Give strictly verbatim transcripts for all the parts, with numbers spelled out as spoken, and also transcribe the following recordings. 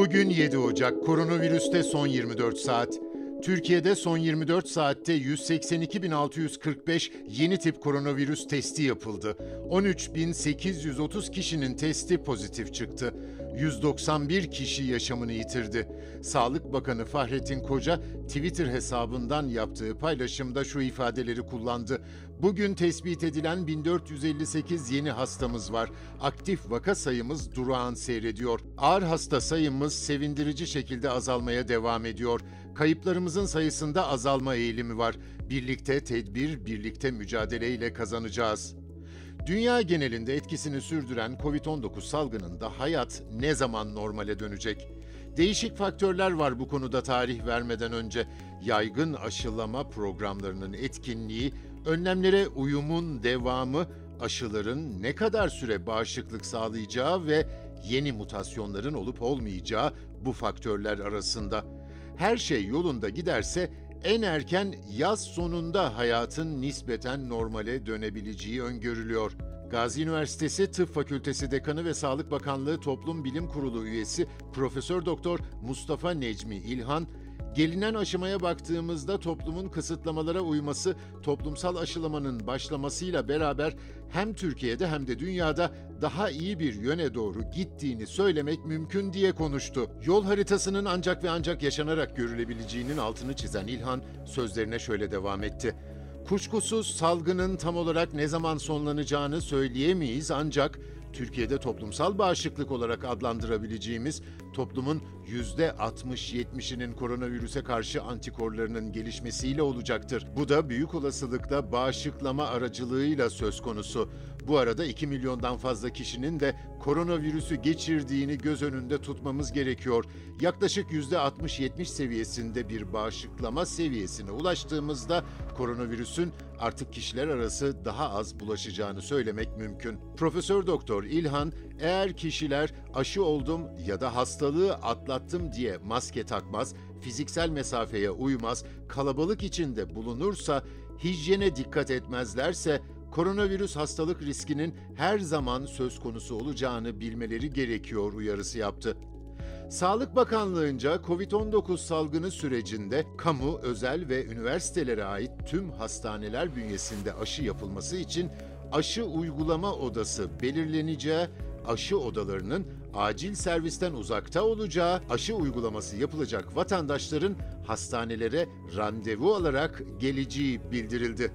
Bugün yedi Ocak, koronavirüste son yirmi dört saat. Türkiye'de son yirmi dört saatte yüz seksen iki bin altı yüz kırk beş yeni tip koronavirüs testi yapıldı. on üç bin sekiz yüz otuz kişinin testi pozitif çıktı. yüz doksan bir kişi yaşamını yitirdi. Sağlık Bakanı Fahrettin Koca, Twitter hesabından yaptığı paylaşımda şu ifadeleri kullandı. Bugün tespit edilen bin dört yüz elli sekiz yeni hastamız var. Aktif vaka sayımız durağan seyrediyor. Ağır hasta sayımız sevindirici şekilde azalmaya devam ediyor. Kayıplarımızın sayısında azalma eğilimi var. Birlikte tedbir, birlikte mücadeleyle kazanacağız. Dünya genelinde etkisini sürdüren kovid on dokuz salgınında hayat ne zaman normale dönecek? Değişik faktörler var bu konuda tarih vermeden önce. Yaygın aşılama programlarının etkinliği, önlemlere uyumun devamı, aşıların ne kadar süre bağışıklık sağlayacağı ve yeni mutasyonların olup olmayacağı bu faktörler arasında. Her şey yolunda giderse en erken yaz sonunda hayatın nispeten normale dönebileceği öngörülüyor. Gazi Üniversitesi Tıp Fakültesi Dekanı ve Sağlık Bakanlığı Toplum Bilim Kurulu üyesi Profesör Doktor Mustafa Necmi İlhan, gelinen aşamaya baktığımızda toplumun kısıtlamalara uyması, toplumsal aşılamanın başlamasıyla beraber hem Türkiye'de hem de dünyada daha iyi bir yöne doğru gittiğini söylemek mümkün diye konuştu. Yol haritasının ancak ve ancak yaşanarak görülebileceğinin altını çizen İlhan sözlerine şöyle devam etti. Kuşkusuz salgının tam olarak ne zaman sonlanacağını söyleyemeyiz ancak Türkiye'de toplumsal bağışıklık olarak adlandırabileceğimiz toplumun yüzde altmış yetmişinin koronavirüse karşı antikorlarının gelişmesiyle olacaktır. Bu da büyük olasılıkla bağışıklama aracılığıyla söz konusu. Bu arada iki milyondan fazla kişinin de koronavirüsü geçirdiğini göz önünde tutmamız gerekiyor. Yaklaşık yüzde altmış yetmiş seviyesinde bir bağışıklama seviyesine ulaştığımızda koronavirüsün artık kişiler arası daha az bulaşacağını söylemek mümkün. Profesör Doktor İlhan, eğer kişiler aşı oldum ya da hastalığı atlattım diye maske takmaz, fiziksel mesafeye uymaz, kalabalık içinde bulunursa, hijyene dikkat etmezlerse, koronavirüs hastalık riskinin her zaman söz konusu olacağını bilmeleri gerekiyor uyarısı yaptı. Sağlık Bakanlığı'nca kovid on dokuz salgını sürecinde kamu, özel ve üniversitelere ait tüm hastaneler bünyesinde aşı yapılması için aşı uygulama odası belirleneceği, aşı odalarının acil servisten uzakta olacağı, aşı uygulaması yapılacak vatandaşların hastanelere randevu alarak geleceği bildirildi.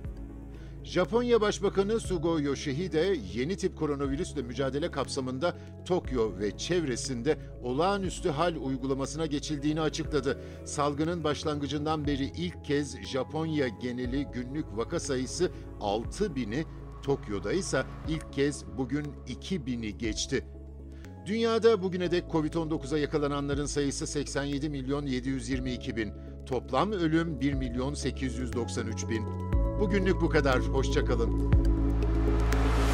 Japonya Başbakanı Sugo Yoshihide, yeni tip koronavirüsle mücadele kapsamında Tokyo ve çevresinde olağanüstü hal uygulamasına geçildiğini açıkladı. Salgının başlangıcından beri ilk kez Japonya geneli günlük vaka sayısı altı bini, Tokyo'da ise ilk kez bugün iki bini geçti. Dünyada bugüne dek kovid on dokuza yakalananların sayısı seksen yedi milyon yedi yüz yirmi iki bin, toplam ölüm bir milyon sekiz yüz doksan üç bin. Bugünlük bu kadar. Hoşça kalın.